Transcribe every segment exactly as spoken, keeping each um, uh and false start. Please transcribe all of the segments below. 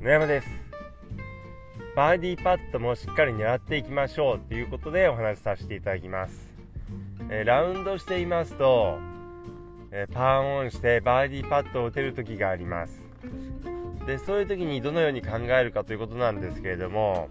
野山です。バーディーパットもしっかり狙っていきましょうということでお話しさせていただきます。えー、ラウンドしていますと、えー、パーオンしてバーディーパットを打てる時があります。で、そういう時にどのように考えるかということなんですけれども、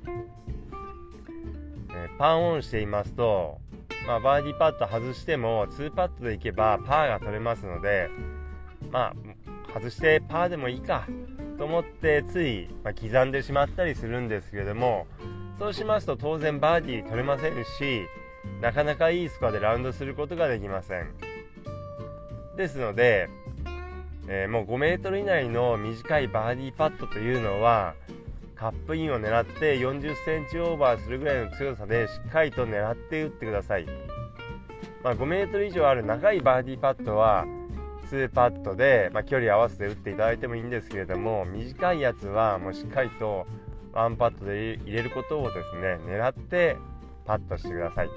えー、パーオンしていますと、まあ、バーディーパット外してもツーパットでいけばパーが取れますので、まあ外してパーでもいいかと思ってつい、まあ、刻んでしまったりするんですけれども、そうしますと当然バーディー取れませんし、なかなかいいスコアでラウンドすることができません。ですので、えー、もうごメートル以内の短いバーディーパットというのはカップインを狙ってよんじゅっセンチオーバーするぐらいの強さでしっかりと狙って打ってください。まあ、ごメートル以上ある長いバーディーパットはツーパットで、まあ、距離合わせて打っていただいてもいいんですけれども、短いやつはもうしっかりとワンパットで入れることをですね狙ってパットしてください。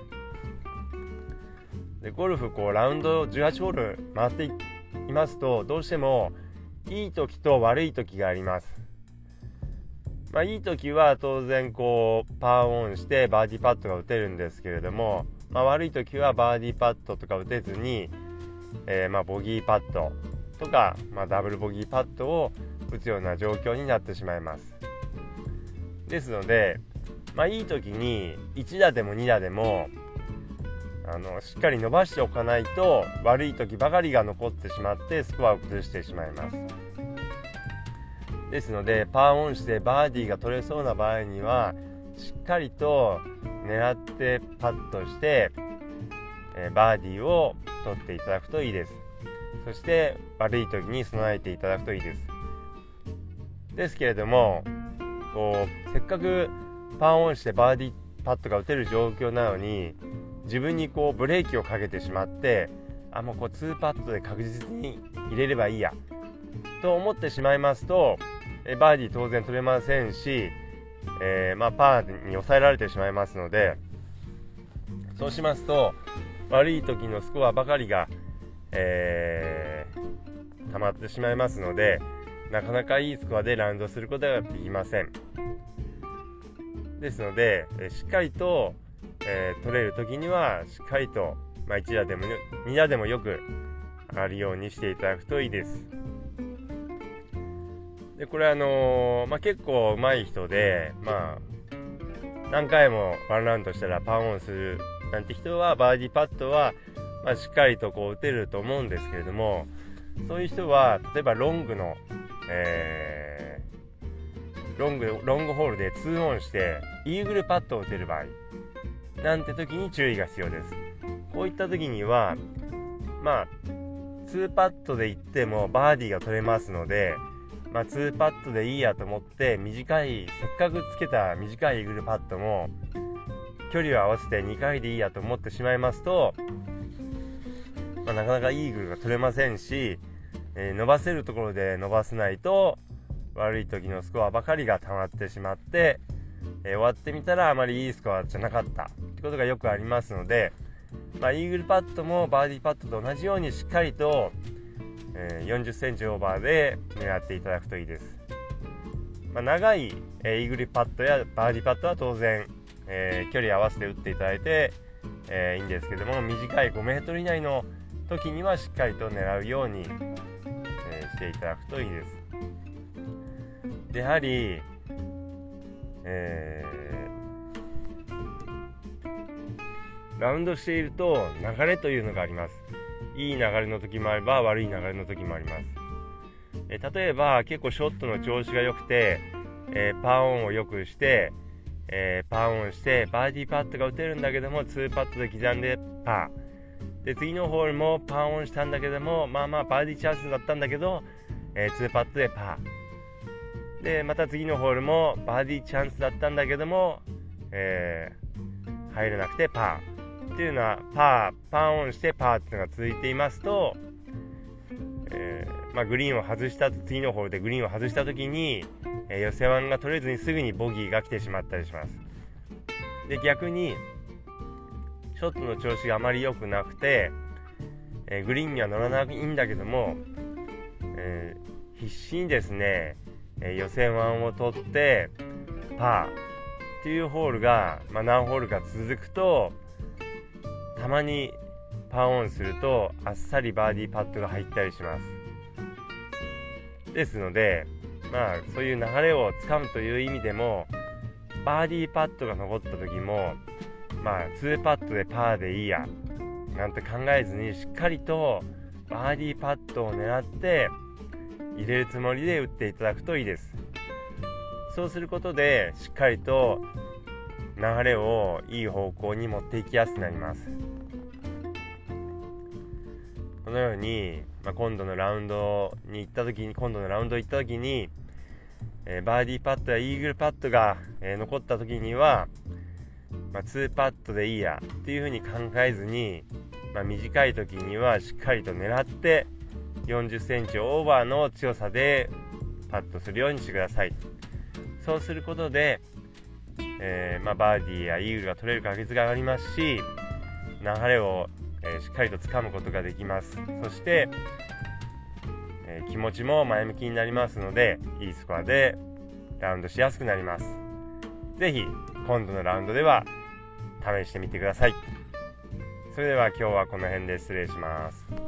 でゴルフこうラウンドじゅうはちホール回っていますと、どうしてもいい時と悪い時があります。まあ、いい時は当然こうパーオンしてバーディーパットが打てるんですけれども、まあ、悪い時はバーディーパットとか打てずに、えー、まあボギーパットとか、まあ、ダブルボギーパットを打つような状況になってしまいます。ですので、まあ、いい時にいち打でもに打でもあのしっかり伸ばしておかないと、悪い時ばかりが残ってしまってスコアを崩してしまいます。ですのでパーオンしてバーディーが取れそうな場合にはしっかりと狙ってパットして、えー、バーディーを取っていただくといいです。そして悪い時に備えていただくといいです。ですけれども、こうせっかくパーオンしてバーディーパットが打てる状況なのに、自分にこうブレーキをかけてしまって、あもうこうツーパットで確実に入れればいいやと思ってしまいますと、えバーディー当然取れませんし、えーまあ、パーに抑えられてしまいますので、そうしますと悪い時のスコアばかりが、えー、溜まってしまいますので、なかなかいいスコアでラウンドすることができません。ですので、えしっかりと、えー、取れる時にはしっかりと、まあ、いち打でもに打でもよく上がるようにしていただくといいです。でこれあのーまあ、結構上手い人で、まあ、何回もワンラウンドしたらパーオンするなんて人はバーディーパットは、まあ、しっかりとこう打てると思うんですけれども、そういう人は例えばロングの、えー、ロングロングホールでツーオンしてイーグルパットを打てる場合なんて時に注意が必要です。こういった時にはまあツーパットでいってもバーディーが取れますので、まあ、ツーパットでいいやと思って短いせっかくつけた短いイーグルパットも距離を合わせてにかいでいいやと思ってしまいますと、まあ、なかなかイーグルが取れませんし、えー、伸ばせるところで伸ばせないと悪い時のスコアばかりが溜まってしまって、えー、終わってみたらあまりいいスコアじゃなかったってことがよくありますので、まあ、イーグルパットもバーディーパットと同じようにしっかりとえー、よんじゅっセンチオーバーで狙っていただくといいです。まあ、長い、えー、イーグルパットやバーディーパットは当然、えー、距離合わせて打っていただいて、えー、いいんですけども、短いごメートル以内の時にはしっかりと狙うように、えー、していただくといいです。でやはり、えー、ラウンドしていると流れというのがあります。いい流れの時もあれば悪い流れの時もあります。え例えば結構ショットの調子が良くて、えー、パーオンをよくして、えー、パーオンしてバーディーパットが打てるんだけどもツーパットで刻んでパーで、次のホールもパーオンしたんだけども、まあまあバーディーチャンスだったんだけど、えー、ツーパットでパーで、また次のホールもバーディーチャンスだったんだけども、えー、入れなくてパーっていうのはパー、パーオンしてパーっていうのが続いていますと、えーまあ、グリーンを外した次のホールでグリーンを外した時に、えー、寄せワンが取れずにすぐにボギーが来てしまったりします。で逆にショットの調子があまり良くなくて、えー、グリーンには乗らないんだけども、えー、必死にですね、 えー、予選ワンを取ってパーっていうホールが、まあ、何ホールか続くと、たまにパーオンするとあっさりバーディーパットが入ったりします。ですので、まあそういう流れをつかむという意味でも、バーディーパットが残った時も、まあツーパットでパーでいいやなんて考えずに、しっかりとバーディーパットを狙って入れるつもりで打っていただくといいです。そうすることでしっかりと流れをいい方向に持っていきやすくなります。このように、まあ、今度のラウンドに行った時に今度のラウンド行った時に、えー、バーディーパットやイーグルパットが、えー、残った時には、まあ、ツーパットでいいやっていうふうに考えずに、まあ、短い時にはしっかりと狙ってよんじゅっセンチオーバーの強さでパットするようにしてください。そうすることで、えーまあ、バーディーやイーグルが取れる確率が上がりますし、流れを、えー、しっかりとつかむことができます。そして、えー、気持ちも前向きになりますので、いいスコアでラウンドしやすくなります。ぜひ今度のラウンドでは試してみてください。それでは今日はこの辺で失礼します。